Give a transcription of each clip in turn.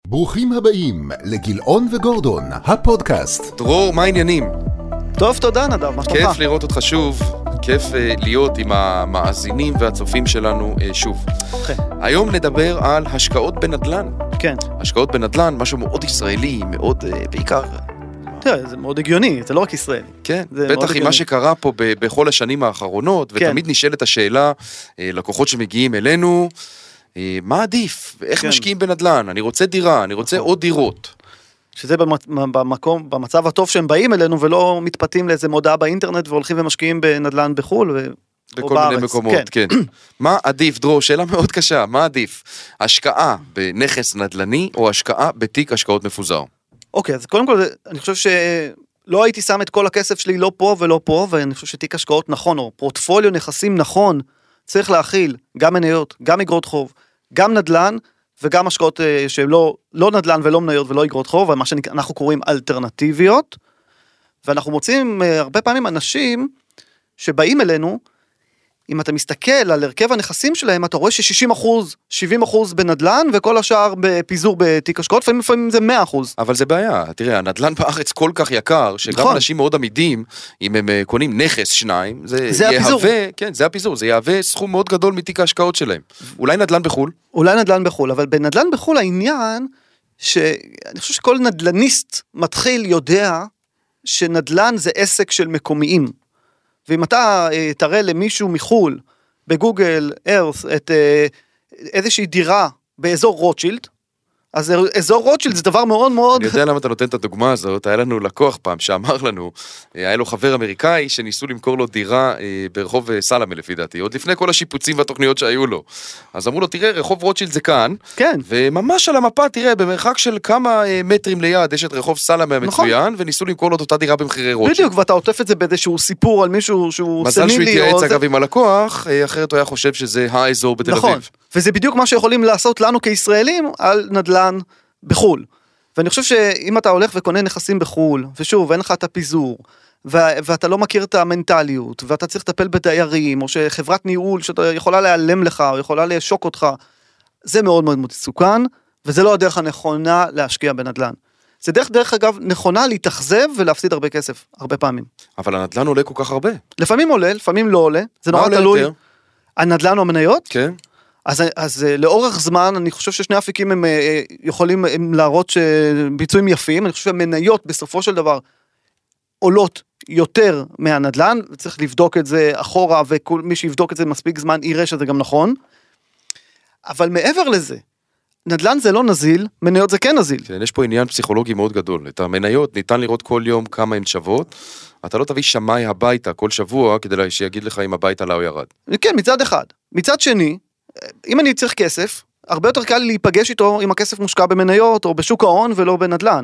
ברוכים הבאים לגילאון וגורדון, הפודקאסט. דרור, מה העניינים? טוב, תודה נדב, מה שלומך? כיף לראות אותך שוב, כיף להיות עם המאזינים והצופים שלנו שוב. היום נדבר על השקעות בנדל"ן. כן. השקעות בנדל"ן, משהו מאוד ישראלי, מאוד בעיקר... תראה, זה מאוד הגיוני, זה לא רק ישראלי. כן, בטח עם מה שקרה פה בכל השנים האחרונות, ותמיד נשאלת השאלה, לקוחות שמגיעים אלינו, מה עדיף? איך משקיעים בנדל"ן? אני רוצה דירה, אני רוצה עוד דירות. שזה במצב הטוב שהם באים אלינו, ולא מתפתים לאיזה מודעה באינטרנט, והולכים ומשקיעים בנדל"ן בחול, בכל מיני מקומות, כן. מה עדיף, דרור? שאלה מאוד קשה, מה עדיף? השקעה בנכס נדל"ני, או השקעה בתיק השקעות מפוזר? אוקיי, אז קודם כל, אני חושב שלא הייתי שם את כל הכסף שלי לא פה ולא פה, ואני חושב שתיק השקעות נכון, או פורטפוליו נכסים נכון, צריך להכיל גם מניות, גם אגרות חוב, גם נדל"ן, וגם השקעות שהן לא נדל"ן ולא מניות ולא אגרות חוב, מה שאנחנו קוראים אלטרנטיביות, ואנחנו מוצאים הרבה פעמים אנשים שבאים אלינו, אם אתה מסתכל על הרכב הנכסים שלהם, אתה רואה ש60%, 70% בנדל"ן, וכל השאר בפיזור בתיק השקעות, לפעמים זה 100%. אבל זה בעיה, תראה, הנדל"ן בארץ כל כך יקר, שגם אנשים מאוד עמידים, אם הם קונים נכס שניים, זה הפיזור. כן, זה הפיזור, זה יהווה סכום מאוד גדול מתיק ההשקעות שלהם. אולי נדל"ן בחול? אולי נדל"ן בחול, אבל בנדל"ן בחול העניין, שאני חושב שכל נדל"ניסט מתחיל יודע, שנדל"ן זה עסק של מקומיים. ואם אתה תראה למישהו מחול, בגוגל ארת' את איזושהי דירה באזור רוטשילד, אז אזור רוטשילד זה דבר מאוד מאוד... אני יודע למה אתה נותן את הדוגמה הזאת, היה לנו לקוח פעם שאמר לנו, היה לו חבר אמריקאי שניסו למכור לו דירה ברחוב סלאמה לפי דעתי, עוד לפני כל השיפוצים והתוכניות שהיו לו. אז אמרו לו, תראה, רחוב רוטשילד זה כאן, כן. וממש על המפה, תראה, במרחק של כמה מטרים ליד, יש את רחוב סלאמה המצוין, וניסו למכור לו את אותה דירה במחירי רוטשילד. בדיוק, ואתה עוטף את זה באיזשהו סיפור על מישהו שהוא מזל שהוא התייעץ אגב עם הלקוח, אחרת הוא היה חושב שזה האזור בתל אביב. וזה בדיוק מה שיכולים לעשות לנו כישראלים על נדל"ן בחול. ואני חושב שאם אתה הולך וקונה נכסים בחול, ושוב, אין לך את הפיזור, ואתה לא מכיר את המנטליות, ואתה צריך לטפל בדיירים, או שחברת ניהול שאתה יכולה להיעלם לך, או יכולה לשוק אותך, זה מאוד מאוד מסוכן, וזה לא הדרך הנכונה להשקיע בנדל"ן. זה דרך אגב נכונה להתאכזב ולהפסיד הרבה כסף, הרבה פעמים. אבל הנדל"ן עולה כל כך הרבה. לפעמים עולה, לפעמים לא עולה. זה נורא תלוי. הנדל"ן או המניות? כן. אז לאורך זמן, אני חושב ששני אפיקים הם יכולים להראות ביצועים יפים, אני חושב שהמניות בסופו של דבר עולות יותר מהנדל"ן, וצריך לבדוק את זה אחורה, ומי שיבדוק את זה מספיק זמן יראה שזה גם נכון, אבל מעבר לזה, נדל"ן זה לא נזיל, מניות זה כן נזיל. כן, יש פה עניין פסיכולוגי מאוד גדול, את המניות ניתן לראות כל יום כמה הן שוות, אתה לא תביא שמאי הביתה כל שבוע, כדי שיגיד לך אם הבית עלה או ירד. כן, מצד אחד. מצד שני, אם אני צריך כסף, הרבה יותר קל לי להיפגש איתו אם הכסף מושקע במניות או בשוק ההון ולא בנדל"ן.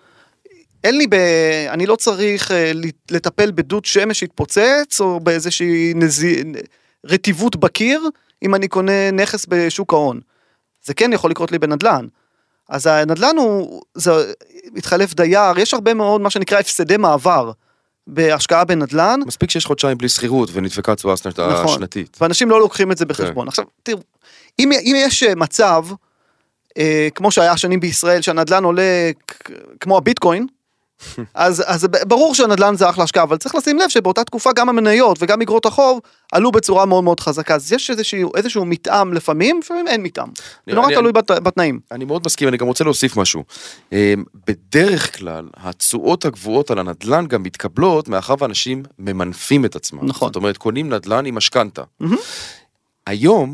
אני לא צריך לטפל בדוד שמש שהתפוצץ או באיזושהי רטיבות בקיר אם אני קונה נכס בשוק ההון. זה כן יכול לקרות לי בנדל"ן. אז הנדל"ן זה מתחלף דייר, יש הרבה מאוד מה שנקרא הפסדי מעבר בהשקעה בנדל"ן. מספיק שיש חודשיים בלי שכירות ונדפקה תשואה שנתית. ואנשים לא לוקחים את זה בחשבון. עכשיו, תראו, אם יש מצב, כמו שהיה שנים בישראל, שהנדל"ן עולה כמו הביטקוין, אז ברור שהנדל"ן זה אחלה השקעה, אבל צריך לשים לב שבאותה תקופה גם המניות וגם אגרות החוב עלו בצורה מאוד מאוד חזקה. אז יש איזשהו מתאם לפעמים אין מתאם. זה נורא תלוי בתנאים. אני מאוד מסכים, אני גם רוצה להוסיף משהו. בדרך כלל, התשואות הגבוהות על הנדל"ן גם מתקבלות, מאחר ואנשים ממנפים את עצמם. נכון. זאת אומרת, קונים נדל"ן עם משכנתה. היום,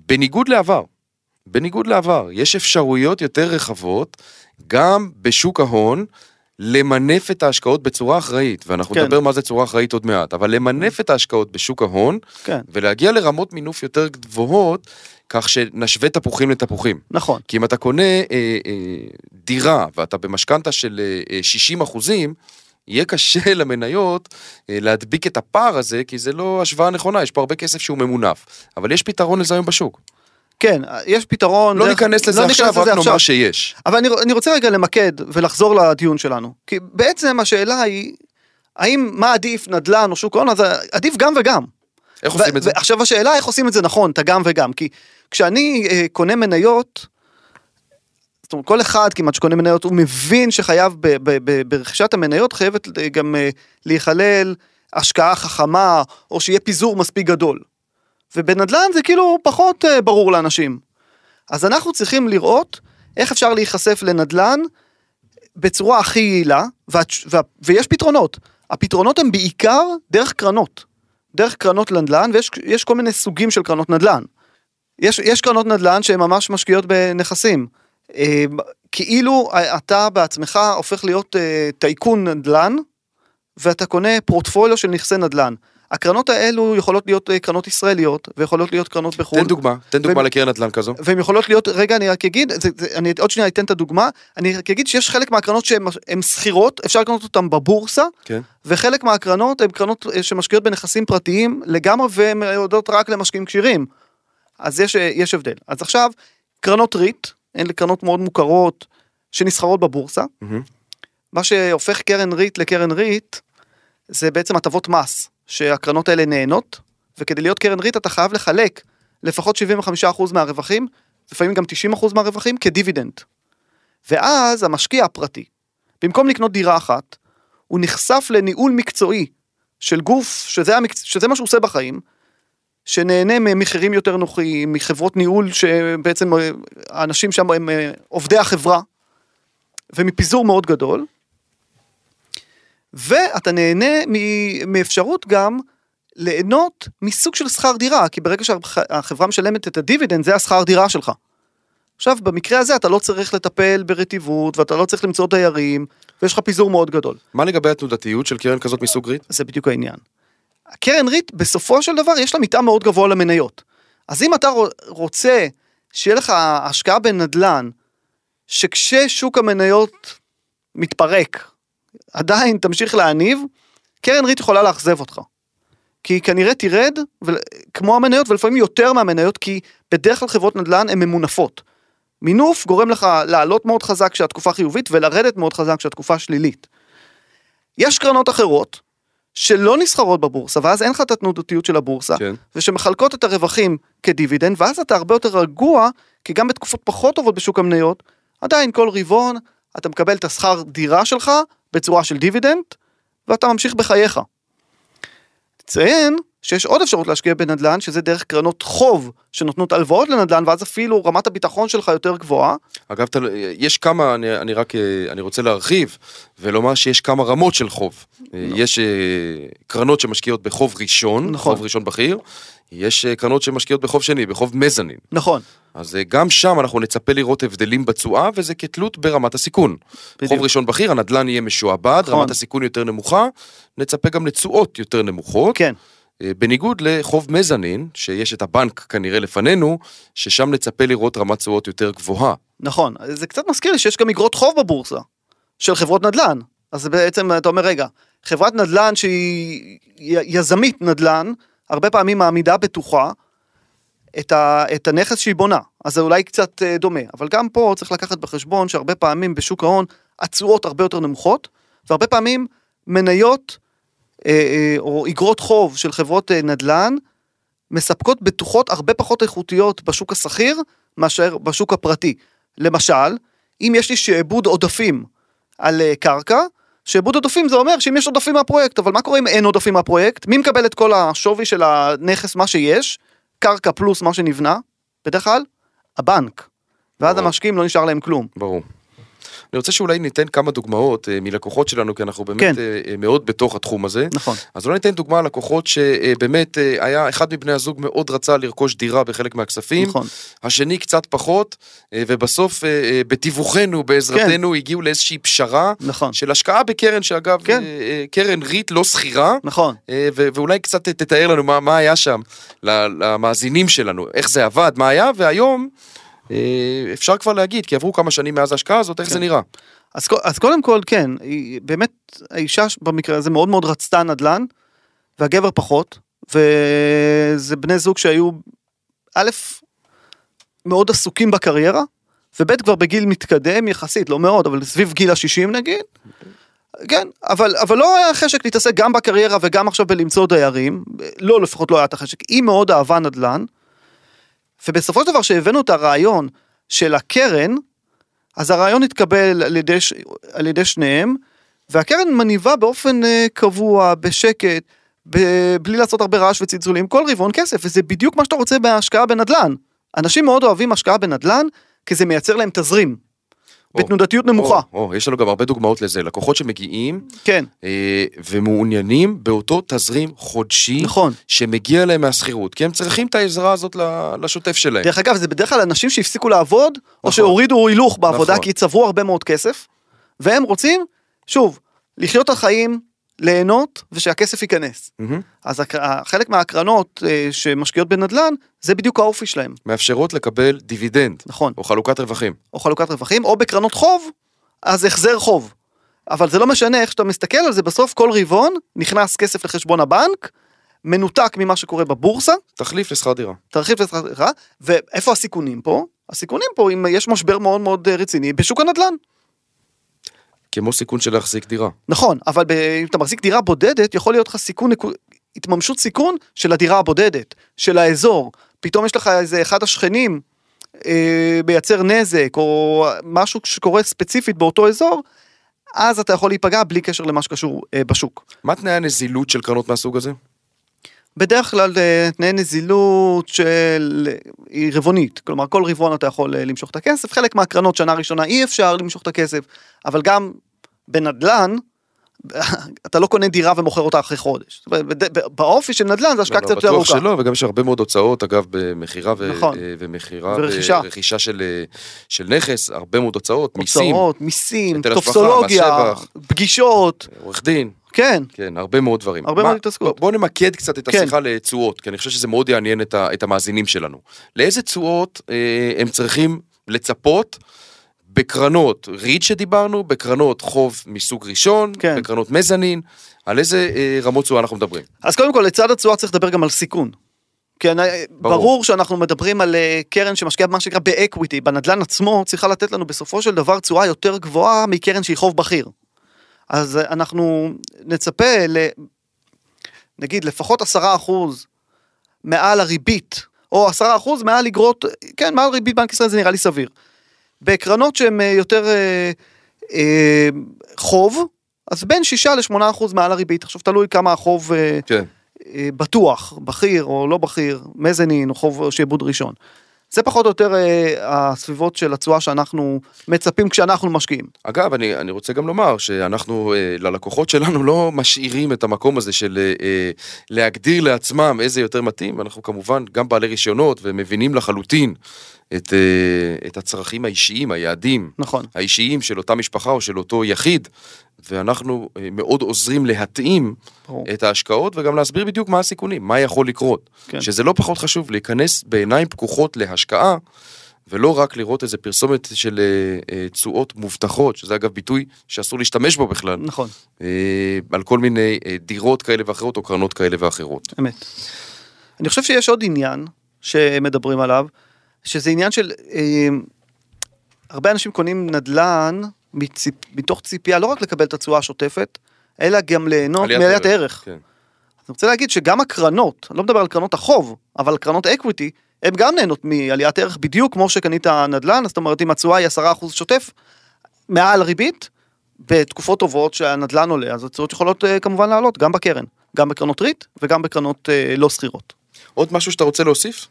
בניגוד לעבר, יש אפשרויות יותר רחבות, גם בשוק ההון, למנף את ההשקעות בצורה אחראית, ואנחנו נדבר מה זה צורה אחראית עוד מעט, אבל למנף את ההשקעות בשוק ההון, ולהגיע לרמות מינוף יותר גבוהות, כך שנשווה תפוחים לתפוחים. נכון. כי אם אתה קונה דירה, ואתה במשכנתה של 60%, יהיה קשה למניות להדביק את הפער הזה, כי זה לא השוואה נכונה, יש פה הרבה כסף שהוא ממונף, אבל יש פתרון לזה היום בשוק. כן, יש פתרון. לא ניכנס לזה עכשיו, רק נאמר שיש. אבל אני רוצה רגע למקד ולחזור לדיון שלנו. כי בעצם השאלה היא, האם מה עדיף נדל"ן או שוק ההון, אז עדיף גם וגם. איך עושים את זה? עכשיו השאלה איך עושים את זה נכון, את הגם וגם. כי כשאני קונה מניות, זאת אומרת, כל אחד כמעט שקונה מניות, הוא מבין שחייב ברכישת המניות, חייבת גם להיכלל השקעה חכמה, או שיהיה פיזור מספיק גדול. ובנדל"ן זה כאילו פחות ברור לאנשים. אז אנחנו צריכים לראות איך אפשר להיחשף לנדל"ן בצורה הכי יעילה, ויש פתרונות. הפתרונות הם בעיקר דרך קרנות נדל"ן, ויש כל מיני סוגים של קרנות נדל"ן. יש קרנות נדל"ן שהן ממש משקיעות בנכסים. כאילו אתה בעצמך הופך להיות טייקון נדל"ן, ואתה קונה פורטפוליו של נכסי נדל"ן. הקרנות האלו יכולות להיות קרנות ישראליות, ויכולות להיות קרנות בחו"ל. תן דוגמה לקרן נדל"ן כזו. והן יכולות להיות, רגע, אני רק אגיד, אני עוד שנייה אתן את הדוגמה, אני רק אגיד שיש חלק מהקרנות שהן סחירות, אפשר לקנות אותן בבורסה, כן. וחלק מהקרנות הן קרנות שמשקיעות בנכסים פרטיים לגמרי, והן יודעות רק למשקיעים כשירים. אז יש הבדל. אז עכשיו, קרנות ריט, הן קרנות מאוד מוכרות, שנסחרות בבורסה. מה שהופך קרן ריט לקרן ריט, זה בעצם הטבות מס, שהקרנות האלה נהנות, וכדי להיות קרן ריט אתה חייב לחלק לפחות 75% מהרווחים, לפעמים גם 90% מהרווחים, כדיבידנד. ואז המשקיע הפרטי, במקום לקנות דירה אחת, הוא נחשף לניהול מקצועי של גוף, שזה מה שהוא עושה בחיים, שנהנה ממחירים יותר נוחים, מחברות ניהול שבעצם האנשים שם הם עובדי החברה, ומפיזור מאוד גדול, ואתה נהנה מאפשרות גם ליהנות מסוג של שכר דירה, כי ברגע שהחברה משלמת את הדיבידנד, זה השכר דירה שלך. עכשיו, במקרה הזה אתה לא צריך לטפל ברטיבות, ואתה לא צריך למצוא דיירים, ויש לך פיזור מאוד גדול. מה לגבי התנודתיות של קרן כזאת מסוג ריט? זה בדיוק העניין. הקרן ריט, בסופו של דבר, יש לה מטעם מאוד גבוה למניות. אז אם אתה רוצה שיהיה לך השקעה בנדל"ן, שכששוק המניות מתפרק, עדיין תמשיך להניב, קרן ריט יכולה לאכזב אותך. כי כנראה תירד, כמו המניות, ולפעמים יותר מהמניות, כי בדרך כלל חברות נדל"ן הן ממונפות. מינוף גורם לך לעלות מאוד חזק כשהתקופה חיובית, ולרדת מאוד חזק כשהתקופה שלילית. יש קרנות אחרות, שלא נסחרות בבורסה, ואז אין לך את התנודתיות של הבורסה, כן. ושמחלקות את הרווחים כדיבידנד, ואז אתה הרבה יותר רגוע, כי גם בתקופות פחות טובות בשוק המניות, עדיין כל רבעון, אתה מקבל את השכר דירה שלך, בצורה של דיבידנד, ואתה ממשיך בחייך. תציין שיש עוד אפשרות להשקיע בנדל"ן, שזה דרך קרנות חוב, שנותנות הלוואות לנדל"ן, ואז אפילו רמת הביטחון שלך יותר גבוהה. אגב, יש כמה, אני רוצה להרחיב, ולומר שיש כמה רמות של חוב. יש קרנות שמשקיעות בחוב ראשון, חוב ראשון בכיר, יש קרנות שמשקיעות בחוב שני, בחוב מזנין. נכון. אז גם שם אנחנו נצפה לראות הבדלים בתשואה, וזה כתלות ברמת הסיכון. חוב ראשון בכיר, הנדל"ן יהיה משועבד, רמת הסיכון יותר נמוכה, נצפה גם לתשואות יותר נמוכות. כן. בניגוד לחוב מזנין, שיש את הבנק כנראה לפנינו, ששם נצפה לראות רמת תשואות יותר גבוהה. נכון, זה קצת מזכיר לי שיש גם אגרות חוב בבורסה, של חברות נדל"ן. אז בעצם אתה אומר, רגע, חברת נדל"ן שהיא יזמית נדל"ן, הרבה פעמים מעמידה בטוחה את הנכס שהיא בונה, אז זה אולי קצת דומה, אבל גם פה צריך לקחת בחשבון שהרבה פעמים בשוק ההון התשואות הרבה יותר נמוכות, והרבה פעמים מניות או אגרות חוב של חברות נדל"ן מספקות בטוחות הרבה פחות איכותיות בשוק הסחיר מאשר בשוק הפרטי. למשל, אם יש לי שעבוד עודפים על קרקע, שעבוד עודפים זה אומר שאם יש עודפים מהפרויקט, אבל מה קורה אם אין עודפים מהפרויקט? מי מקבל את כל השווי של הנכס, מה שיש? קרקע פלוס מה שנבנה, בדרך כלל, הבנק. ואז המשקיעים לא נשאר להם כלום. ברור. אני רוצה שאולי ניתן כמה דוגמאות מלקוחות שלנו, כי אנחנו באמת מאוד בתוך התחום הזה. נכון. אז אולי ניתן דוגמה על לקוחות שבאמת היה אחד מבני הזוג מאוד רצה לרכוש דירה בחלק מהכספים, נכון. השני קצת פחות, ובסוף בתיווכנו, בעזרתנו, הגיעו לאיזושהי פשרה, נכון. של השקעה בקרן, שאגב, קרן ריט לא סחירה, נכון. ואולי קצת תתאר לנו מה היה שם, למאזינים שלנו, איך זה עבד, מה היה, והיום אפשר כבר להגיד, כי עברו כמה שנים מאז ההשקעה הזאת, איך זה נראה? אז קודם כל, כן, באמת האישה במקרה הזה מאוד מאוד רצתה נדל"ן, והגבר פחות, וזה בני זוג שהיו, א', מאוד עסוקים בקריירה, וב' כבר בגיל מתקדם יחסית, לא מאוד, אבל סביב גיל ה-60 נגיד, כן, אבל לא היה חשק להתעסק גם בקריירה וגם עכשיו בלמצוא דיירים, לא, לפחות לא היה את החשק, היא מאוד אהבה נדל"ן, ובסופו של דבר שהבאנו את הרעיון של הקרן, אז הרעיון התקבל על ידי שניהם, והקרן מניבה באופן קבוע, בשקט, בלי לעשות הרבה רעש וצלצולים, כל רבעון כסף, וזה בדיוק מה שאתה רוצה בהשקעה בנדל"ן. אנשים מאוד אוהבים השקעה בנדל"ן, כי זה מייצר להם תזרים, בתנודתיות נמוכה. יש לנו גם הרבה דוגמאות לזה, לקוחות שמגיעים, כן. ומעוניינים באותו תזרים חודשי, נכון. שמגיע להם מהשכירות, כי הם צריכים את העזרה הזאת לשוטף שלהם. דרך אגב, זה בדרך כלל אנשים שהפסיקו לעבוד, או שהורידו הילוך בעבודה, כי צברו הרבה מאוד כסף, והם רוצים, שוב, לחיות את החיים, ליהנות, ושהכסף ייכנס. אז חלק מההקרנות שמשקיעות בנדל"ן, זה בדיוק האופי שלהם. מאפשרות לקבל דיבידנד. נכון. או חלוקת רווחים. או בקרנות חוב, אז החזר חוב. אבל זה לא משנה איך שאתה מסתכל על זה, בסוף כל רבעון נכנס כסף לחשבון הבנק, מנותק ממה שקורה בבורסה. תחליף לשכר דירה. ואיפה הסיכונים פה? הסיכונים פה, אם יש משבר מאוד מאוד רציני, בשוק הנדל"ן. כמו סיכון של להחזיק דירה. נכון, אבל אם אתה מחזיק דירה בודדת, יכול להיות לך סיכון, התממשות סיכון של הדירה הבודדת, של האזור. פתאום יש לך איזה אחד השכנים, מייצר נזק, או משהו שקורה ספציפית באותו אזור, אז אתה יכול להיפגע בלי קשר למה שקשור בשוק. מה תנאי הנזילות של קרנות מהסוג הזה? בדרך כלל תנאי נזילות היא רבעונית, כלומר כל רבעון אתה יכול למשוך את הכסף, חלק מהקרנות שנה ראשונה אי אפשר למשוך את הכסף, אבל גם בנדל"ן, אתה לא קונה דירה ומוכר אותה אחרי חודש, באופי של נדל"ן זה השקעה קצת יותר ארוכה. בטוח שלא, וגם יש הרבה מאוד הוצאות, אגב במחירה ומחירה ורכישה של נכס, הרבה מאוד הוצאות, מיסים, טופסולוגיה, פגישות, עורך דין. כן. כן, הרבה מאוד דברים. הרבה מאוד התעסקות. בואו נמקד קצת את השיחה לתשואות, כי אני חושב שזה מאוד יעניין את המאזינים שלנו. לאיזה תשואות הם צריכים לצפות בקרנות ריט שדיברנו, בקרנות חוב מסוג ראשון, בקרנות מזנין, על איזה רמות תשואה אנחנו מדברים? אז קודם כל, לצד התשואה צריך לדבר גם על סיכון. כן, ברור שאנחנו מדברים על קרן שמשקיעה במה שנקרא באקוויטי, בנדל"ן עצמו צריכה לתת לנו בסופו של דבר תשואה יותר גבוהה מקרן שהיא חוב בכיר. אז אנחנו נצפה נגיד לפחות 10% מעל הריבית, או 10% מעל אגרות, כן, מעל ריבית בנק ישראל זה נראה לי סביר. בקרנות שהן יותר חוב, אז בין 6-8% מעל הריבית, עכשיו תלוי כמה החוב כן. בטוח, בכיר או לא בכיר, מזנין או חוב שעבוד ראשון. זה פחות או יותר הסביבות של התשואה שאנחנו מצפים כשאנחנו משקיעים. אגב, אני רוצה גם לומר שאנחנו, ללקוחות שלנו לא משאירים את המקום הזה של להגדיר לעצמם איזה יותר מתאים, ואנחנו כמובן גם בעלי רישיונות ומבינים לחלוטין את הצרכים האישיים, היעדים, נכון. האישיים של אותה משפחה או של אותו יחיד, ואנחנו מאוד עוזרים להתאים את ההשקעות, וגם להסביר בדיוק מה הסיכונים, מה יכול לקרות. כן. שזה לא פחות חשוב, להיכנס בעיניים פקוחות להשקעה, ולא רק לראות איזה פרסומת של תשואות מובטחות, שזה אגב ביטוי שאסור להשתמש בו בכלל. נכון. על כל מיני דירות כאלה ואחרות, או קרנות כאלה ואחרות. אמת. אני חושב שיש עוד עניין שמדברים עליו, שזה עניין של, הרבה אנשים קונים נדל"ן, מתוך ציפייה לא רק לקבל את התשואה השוטפת, אלא גם ליהנות מעליית הערך. כן. אני רוצה להגיד שגם הקרנות, אני לא מדבר על קרנות החוב, אבל קרנות אקוויטי, הן גם נהנות מעליית הערך, בדיוק כמו שקנית נדל"ן, זאת אומרת, אם התשואה היא 10% שוטף, מעל ריבית, בתקופות טובות שהנדל"ן עולה, אז התשואות יכולות כמובן לעלות, גם בקרן, גם בקרנות ריט, וגם בקרנות לא סחירות. עוד משהו שאתה רוצה להוסיף?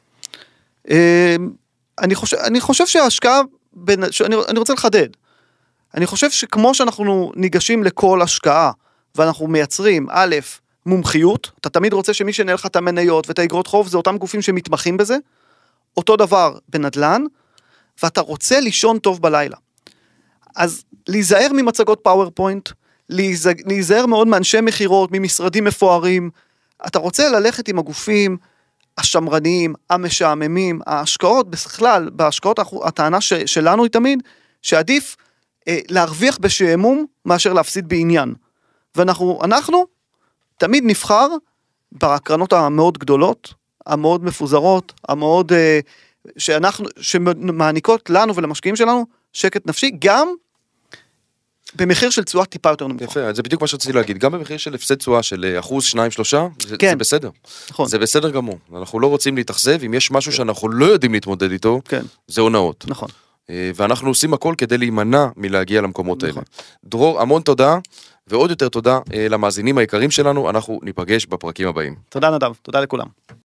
אני חושב שההשקעה, אני רוצה לחדד, אני חושב שכמו שאנחנו ניגשים לכל השקעה, ואנחנו מייצרים, א', מומחיות, אתה תמיד רוצה שמי שנהל לך את המניות ואת האגרות חוב, זה אותם גופים שמתמחים בזה, אותו דבר בנדל"ן, ואתה לישון טוב בלילה. אז להיזהר ממצגות פאורפוינט, להיזהר מאוד מאנשי מחירות, ממשרדים מפוארים, אתה רוצה ללכת עם הגופים השמרניים, המשעממים, ההשקעות בכלל, בהשקעות הטענה שלנו היא תמיד, שעדיף להרוויח בשעמום מאשר להפסיד בעניין. ואנחנו תמיד נבחר בקרנות המאוד גדולות, המאוד מפוזרות, המאוד שמעניקות לנו ולמשקיעים שלנו שקט נפשי, גם במחיר של תשואה טיפה יותר נמוכה. יפה, זה בדיוק מה שרציתי להגיד, גם במחיר של הפסד תשואה של 1%, 2%, 3%, זה בסדר. נכון. זה בסדר גמור. אנחנו לא רוצים להתאכזב, אם יש משהו שאנחנו לא יודעים להתמודד איתו, זה הונאות. נכון. ואנחנו עושים הכל כדי להימנע מלהגיע למקומות האלה. דרור, המון תודה, ועוד יותר תודה למאזינים היקרים שלנו, אנחנו ניפגש בפרקים הבאים. תודה נדב, תודה לכולם.